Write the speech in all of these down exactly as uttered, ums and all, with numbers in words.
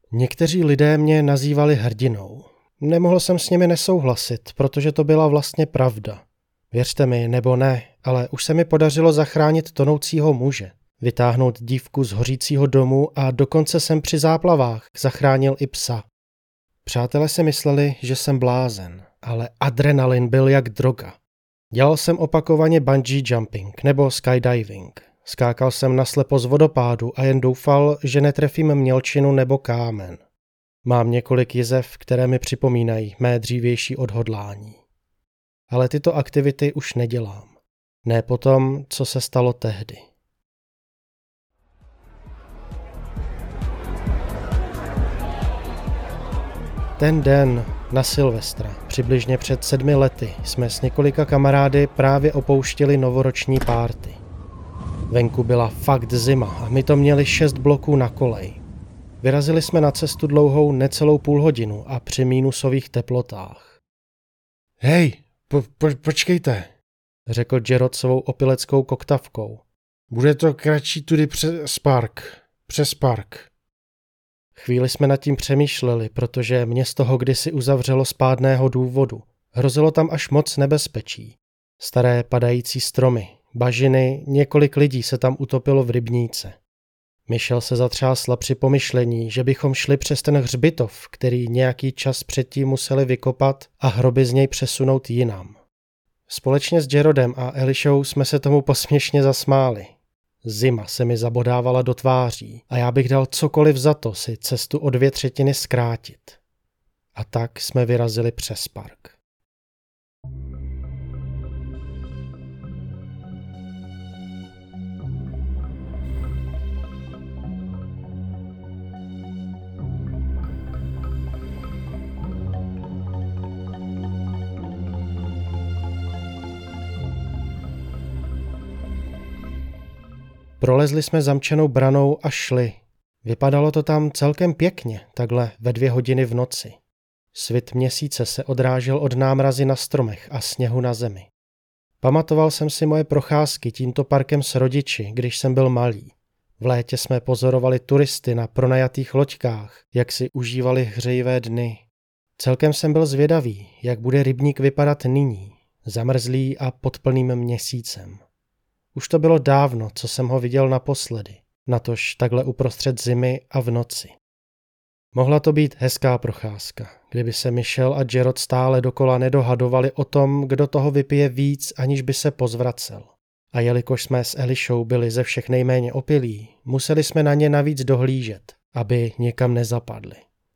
Někteří lidé mě nazývali hrdinou. Nemohl jsem s nimi nesouhlasit, protože to byla vlastně pravda. Věřte mi nebo ne, ale už se mi podařilo zachránit tonoucího muže, vytáhnout dívku z hořícího domu a dokonce jsem při záplavách zachránil i psa. Přátelé si mysleli, že jsem blázen, ale adrenalin byl jak droga. Dělal jsem opakovaně bungee jumping nebo skydiving. Skákal jsem naslepo z vodopádu a jen doufal, že netrefím mělčinu nebo kámen. Mám několik jizev, které mi připomínají mé dřívější odhodlání. Ale tyto aktivity už nedělám. Ne po tom, co se stalo tehdy. Ten den na Silvestra, přibližně před sedmi lety, jsme s několika kamarády právě opouštěli novoroční párty. Venku byla fakt zima a my to měli šest bloků na kolej. Vyrazili jsme na cestu dlouhou necelou půl hodinu a při mínusových teplotách. Hej, po, po, počkejte, řekl Gerard svou opileckou koktavkou. Bude to kratší tudy přes park, přes park. Chvíli jsme nad tím přemýšleli, protože mě z toho kdysi uzavřelo z pádného důvodu. Hrozilo tam až moc nebezpečí. Staré padající stromy, bažiny, několik lidí se tam utopilo v rybníce. Michel se zatřásla při pomyšlení, že bychom šli přes ten hřbitov, který nějaký čas předtím museli vykopat a hroby z něj přesunout jinam. Společně s Gerardem a Elišou jsme se tomu posměšně zasmáli. Zima se mi zabodávala do tváří a já bych dal cokoliv za to si cestu o dvě třetiny zkrátit. A tak jsme vyrazili přes park. Prolezli jsme zamčenou branou a šli. Vypadalo to tam celkem pěkně, takhle ve dvě hodiny v noci. Svit měsíce se odrážel od námrazy na stromech a sněhu na zemi. Pamatoval jsem si moje procházky tímto parkem s rodiči, když jsem byl malý. V létě jsme pozorovali turisty na pronajatých loďkách, jak si užívali hřejivé dny. Celkem jsem byl zvědavý, jak bude rybník vypadat nyní, zamrzlý a pod plným měsícem. Už to bylo dávno, co jsem ho viděl naposledy, natož takhle uprostřed zimy a v noci. Mohla to být hezká procházka, kdyby se Michel a Gerard stále dokola nedohadovali o tom, kdo toho vypije víc, aniž by se pozvracel. A jelikož jsme s Elišou byli ze všech nejméně opilí, museli jsme na ně navíc dohlížet, aby někam nezapadli.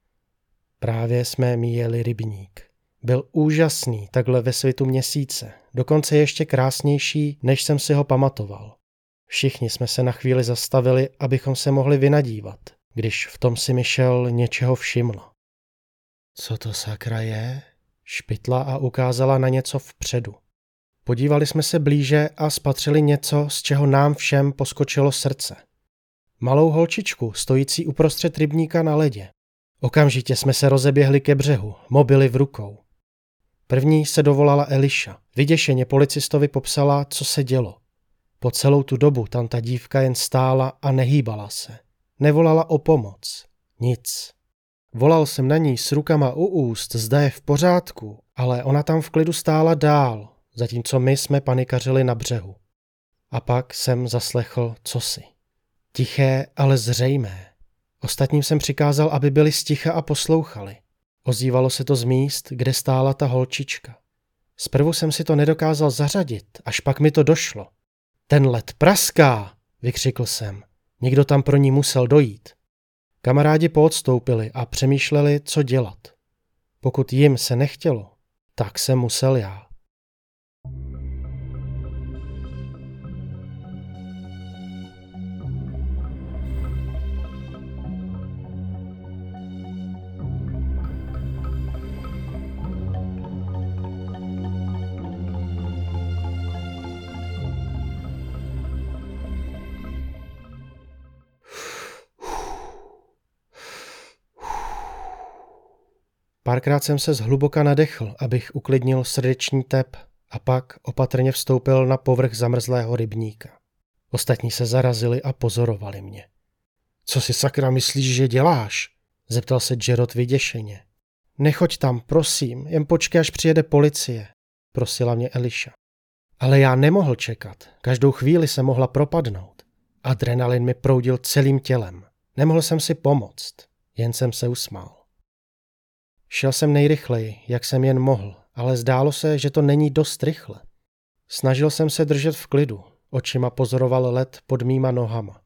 Právě jsme míjeli rybník. Byl úžasný takhle ve svitu měsíce, dokonce ještě krásnější, než jsem si ho pamatoval. Všichni jsme se na chvíli zastavili, abychom se mohli vynadívat, když v tom si Michel něčeho všimla. Co to sakra je? Špitla a ukázala na něco vpředu. Podívali jsme se blíže a spatřili něco, z čeho nám všem poskočilo srdce. Malou holčičku, stojící uprostřed rybníka na ledě. Okamžitě jsme se rozeběhli ke břehu, mobily v rukou. První se dovolala Eliša. Vyděšeně policistovi popsala, co se dělo. Po celou tu dobu tam ta dívka jen stála a nehýbala se. Nevolala o pomoc. Nic. Volal jsem na ní s rukama u úst, zda je v pořádku, ale ona tam v klidu stála dál, zatímco my jsme panikařili na břehu. A pak jsem zaslechl cosi. Tiché, ale zřejmé. Ostatním jsem přikázal, aby byli sticha a poslouchali. Ozývalo se to z míst, kde stála ta holčička. Zprvu jsem si to nedokázal zařadit, až pak mi to došlo. Ten led praská, vykřikl jsem. Někdo tam pro ní musel dojít. Kamarádi poodstoupili a přemýšleli, co dělat. Pokud jim se nechtělo, tak jsem musel já. Párkrát jsem se zhluboka nadechl, abych uklidnil srdeční tep a pak opatrně vstoupil na povrch zamrzlého rybníka. Ostatní se zarazili a pozorovali mě. Co si sakra myslíš, že děláš? Zeptal se Gerard vyděšeně. Nechoď tam, prosím, jen počkej, až přijede policie, prosila mě Eliša. Ale já nemohl čekat, každou chvíli se mohla propadnout. Adrenalin mi proudil celým tělem. Nemohl jsem si pomoct, jen jsem se usmál. Šel jsem nejrychleji, jak jsem jen mohl, ale zdálo se, že to není dost rychle. Snažil jsem se držet v klidu, očima pozoroval led pod mýma nohama.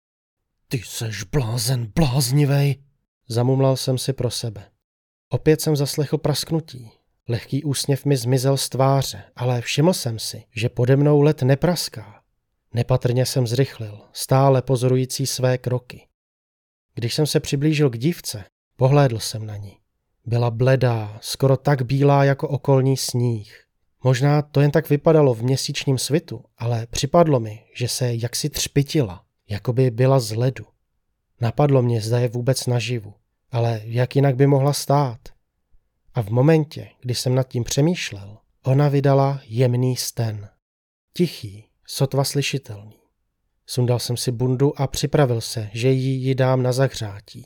Ty seš blázen bláznivej, zamumlal jsem si pro sebe. Opět jsem zaslechl prasknutí. Lehký úsměv mi zmizel z tváře, ale všiml jsem si, že pode mnou led nepraská. Nepatrně jsem zrychlil, stále pozorující své kroky. Když jsem se přiblížil k dívce, pohlédl jsem na ní. Byla bledá, skoro tak bílá jako okolní sníh. Možná to jen tak vypadalo v měsíčním svitu, ale připadlo mi, že se jaksi třpytila, jako by byla z ledu. Napadlo mě, zda je vůbec naživu, ale jak jinak by mohla stát. A v momentě, kdy jsem nad tím přemýšlel, ona vydala jemný sten. Tichý, sotva slyšitelný. Sundal jsem si bundu a připravil se, že jí ji dám na zahřátí.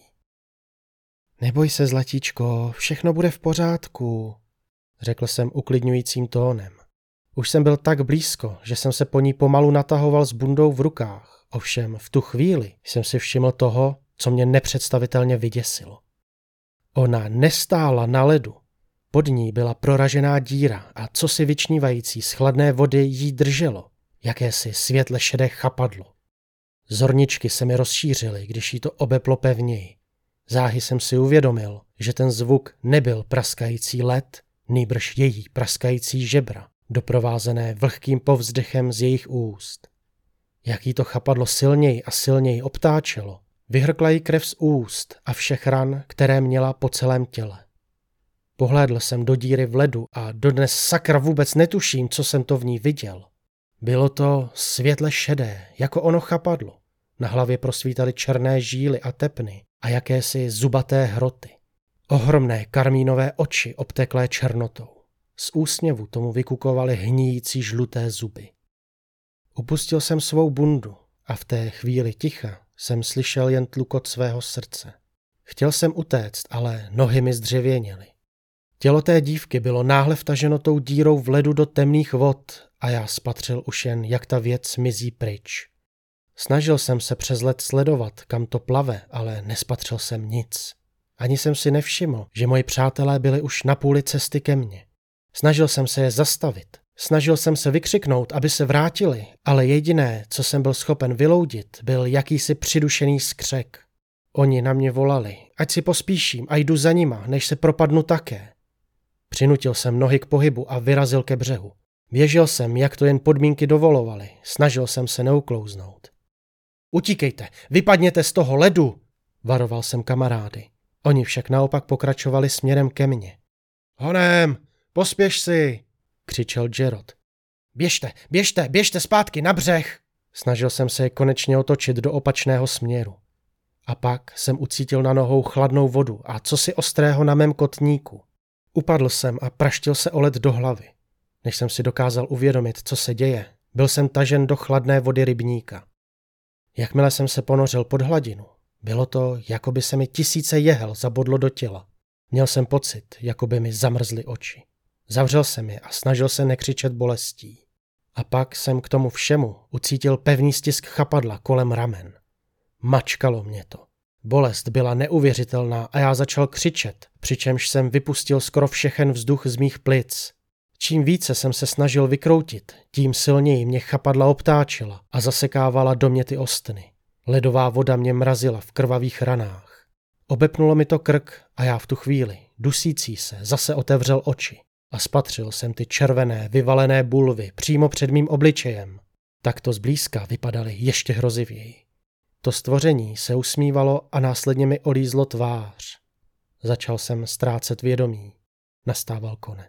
Neboj se, zlatíčko, všechno bude v pořádku, řekl jsem uklidňujícím tónem. Už jsem byl tak blízko, že jsem se po ní pomalu natahoval s bundou v rukách, ovšem v tu chvíli jsem si všiml toho, co mě nepředstavitelně vyděsilo. Ona nestála na ledu. Pod ní byla proražená díra a cosi vyčnívající z chladné vody jí drželo, jakési světle šedé chapadlo. Zorničky se mi rozšířily, když jí to obeplo pevněji. Záhy jsem si uvědomil, že ten zvuk nebyl praskající led, nýbrž její praskající žebra, doprovázené vlhkým povzdechem z jejich úst. Jak jí to chapadlo silněji a silněji obtáčelo, vyhrkla jí krev z úst a všech ran, které měla po celém těle. Pohlédl jsem do díry v ledu a dodnes sakra vůbec netuším, co jsem to v ní viděl. Bylo to světle šedé, jako ono chapadlo. Na hlavě prosvítaly černé žíly a tepny a jakési zubaté hroty. Ohromné karmínové oči obteklé černotou. Z úsměvu tomu vykukovaly hníjící žluté zuby. Upustil jsem svou bundu a v té chvíli ticha jsem slyšel jen tlukot svého srdce. Chtěl jsem utéct, ale nohy mi zdřevěněly. Tělo té dívky bylo náhle vtaženo tou dírou v ledu do temných vod a já spatřil už jen, jak ta věc mizí pryč. Snažil jsem se přes led sledovat, kam to plave, ale nespatřil jsem nic. Ani jsem si nevšiml, že moji přátelé byli už na půli cesty ke mně. Snažil jsem se je zastavit. Snažil jsem se vykřiknout, aby se vrátili, ale jediné, co jsem byl schopen vyloudit, byl jakýsi přidušený skřek. Oni na mě volali, ať si pospíším a jdu za nima, než se propadnu také. Přinutil jsem nohy k pohybu a vyrazil ke břehu. Běžel jsem, jak to jen podmínky dovolovaly, snažil jsem se neuklouznout. Utíkejte, vypadněte z toho ledu, varoval jsem kamarády. Oni však naopak pokračovali směrem ke mně. Honem, pospěš si, křičel Gerard. Běžte, běžte, běžte zpátky na břeh. Snažil jsem se je konečně otočit do opačného směru. A pak jsem ucítil na nohou chladnou vodu a cosi ostrého na mém kotníku. Upadl jsem a praštil se o led do hlavy. Než jsem si dokázal uvědomit, co se děje, byl jsem tažen do chladné vody rybníka. Jakmile jsem se ponořil pod hladinu, bylo to, jako by se mi tisíce jehel zabodlo do těla. Měl jsem pocit, jako by mi zamrzly oči. Zavřel jsem je a snažil se nekřičet bolestí. A pak jsem k tomu všemu ucítil pevný stisk chapadla kolem ramen. Mačkalo mě to. Bolest byla neuvěřitelná a já začal křičet, přičemž jsem vypustil skoro všechen vzduch z mých plic. Čím více jsem se snažil vykroutit, tím silněji mě chapadla obtáčela a zasekávala do mě ty ostny. Ledová voda mě mrazila v krvavých ranách. Obepnulo mi to krk a já v tu chvíli, dusící se, zase otevřel oči a spatřil jsem ty červené, vyvalené bulvy přímo před mým obličejem. Takto zblízka vypadaly ještě hrozivěji. To stvoření se usmívalo a následně mi olízlo tvář. Začal jsem ztrácet vědomí. Nastával konec.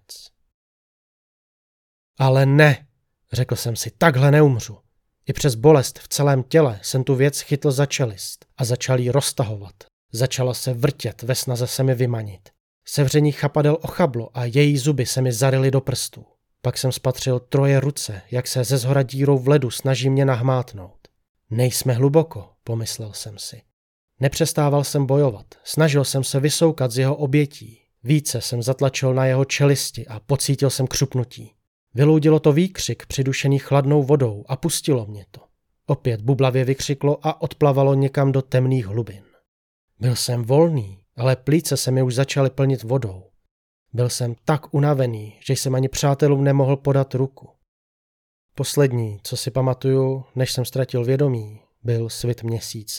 Ale ne, řekl jsem si, takhle neumřu. I přes bolest v celém těle jsem tu věc chytl za čelist a začal ji roztahovat. Začala se vrtět ve snaze se mi vymanit. Sevření chapadel ochablo a její zuby se mi zaryly do prstů. Pak jsem spatřil troje ruce, jak se ze zhora dírou v ledu snaží mě nahmátnout. Nejsme hluboko, pomyslel jsem si. Nepřestával jsem bojovat, snažil jsem se vysoukat z jeho obětí. Více jsem zatlačil na jeho čelisti a pocítil jsem křupnutí. Vyloudilo to výkřik přidušený chladnou vodou a pustilo mě to. Opět bublavě vykřiklo a odplavalo někam do temných hlubin. Byl jsem volný, ale plíce se mi už začaly plnit vodou. Byl jsem tak unavený, že jsem ani přátelům nemohl podat ruku. Poslední, co si pamatuju, než jsem ztratil vědomí, byl svit měsíce.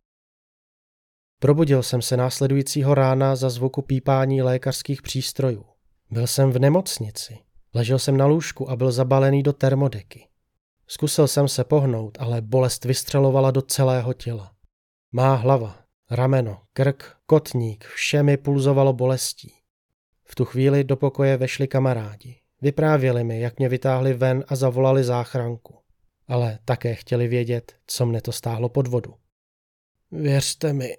Probudil jsem se následujícího rána za zvuku pípání lékařských přístrojů. Byl jsem v nemocnici, ležel jsem na lůžku a byl zabalený do termodeky. Zkusil jsem se pohnout, ale bolest vystřelovala do celého těla. Má hlava, rameno, krk, kotník, vše mi pulzovalo bolestí. V tu chvíli do pokoje vešli kamarádi. Vyprávěli mi, jak mě vytáhli ven a zavolali záchranku. Ale také chtěli vědět, co mne to stáhlo pod vodu. Věřte mi,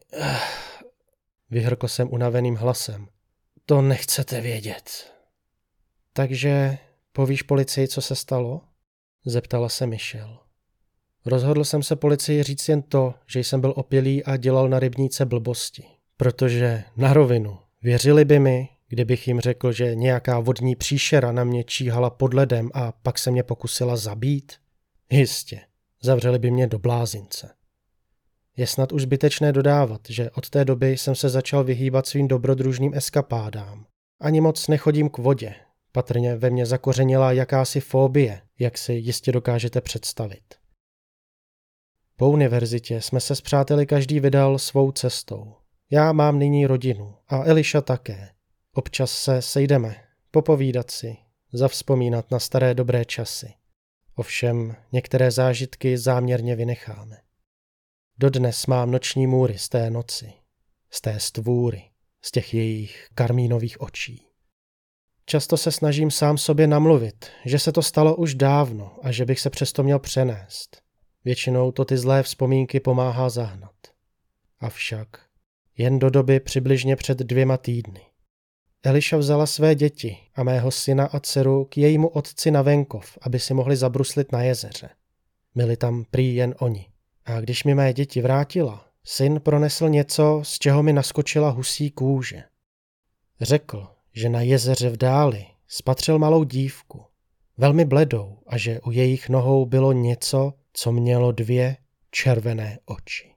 vyhrkl jsem unaveným hlasem. To nechcete vědět. Takže povíš policii, co se stalo? Zeptala se Michelle. Rozhodl jsem se policii říct jen to, že jsem byl opilý a dělal na rybníce blbosti. Protože na rovinu věřili by mi, kdybych jim řekl, že nějaká vodní příšera na mě číhala pod ledem a pak se mě pokusila zabít? Jistě, zavřeli by mě do blázince. Je snad už zbytečné dodávat, že od té doby jsem se začal vyhýbat svým dobrodružným eskapádám. Ani moc nechodím k vodě. Patrně ve mně zakořenila jakási fóbie, jak si jistě dokážete představit. Po univerzitě jsme se s přáteli každý vydal svou cestou. Já mám nyní rodinu a Eliša také. Občas se sejdeme, popovídat si, zavzpomínat na staré dobré časy. Ovšem některé zážitky záměrně vynecháme. Dodnes mám noční můry z té noci, z té stvůry, z těch jejich karmínových očí. Často se snažím sám sobě namluvit, že se to stalo už dávno a že bych se přesto měl přenést. Většinou to ty zlé vzpomínky pomáhá zahnat. Avšak jen do doby přibližně před dvěma týdny. Eliša vzala své děti a mého syna a dceru k jejímu otci na venkov, aby si mohli zabruslit na jezeře. Byli tam prý jen oni. A když mi mé děti vrátila, syn pronesl něco, z čeho mi naskočila husí kůže. Řekl, že na jezeře v dáli spatřil malou dívku, velmi bledou a že u jejich nohou bylo něco, co mělo dvě červené oči.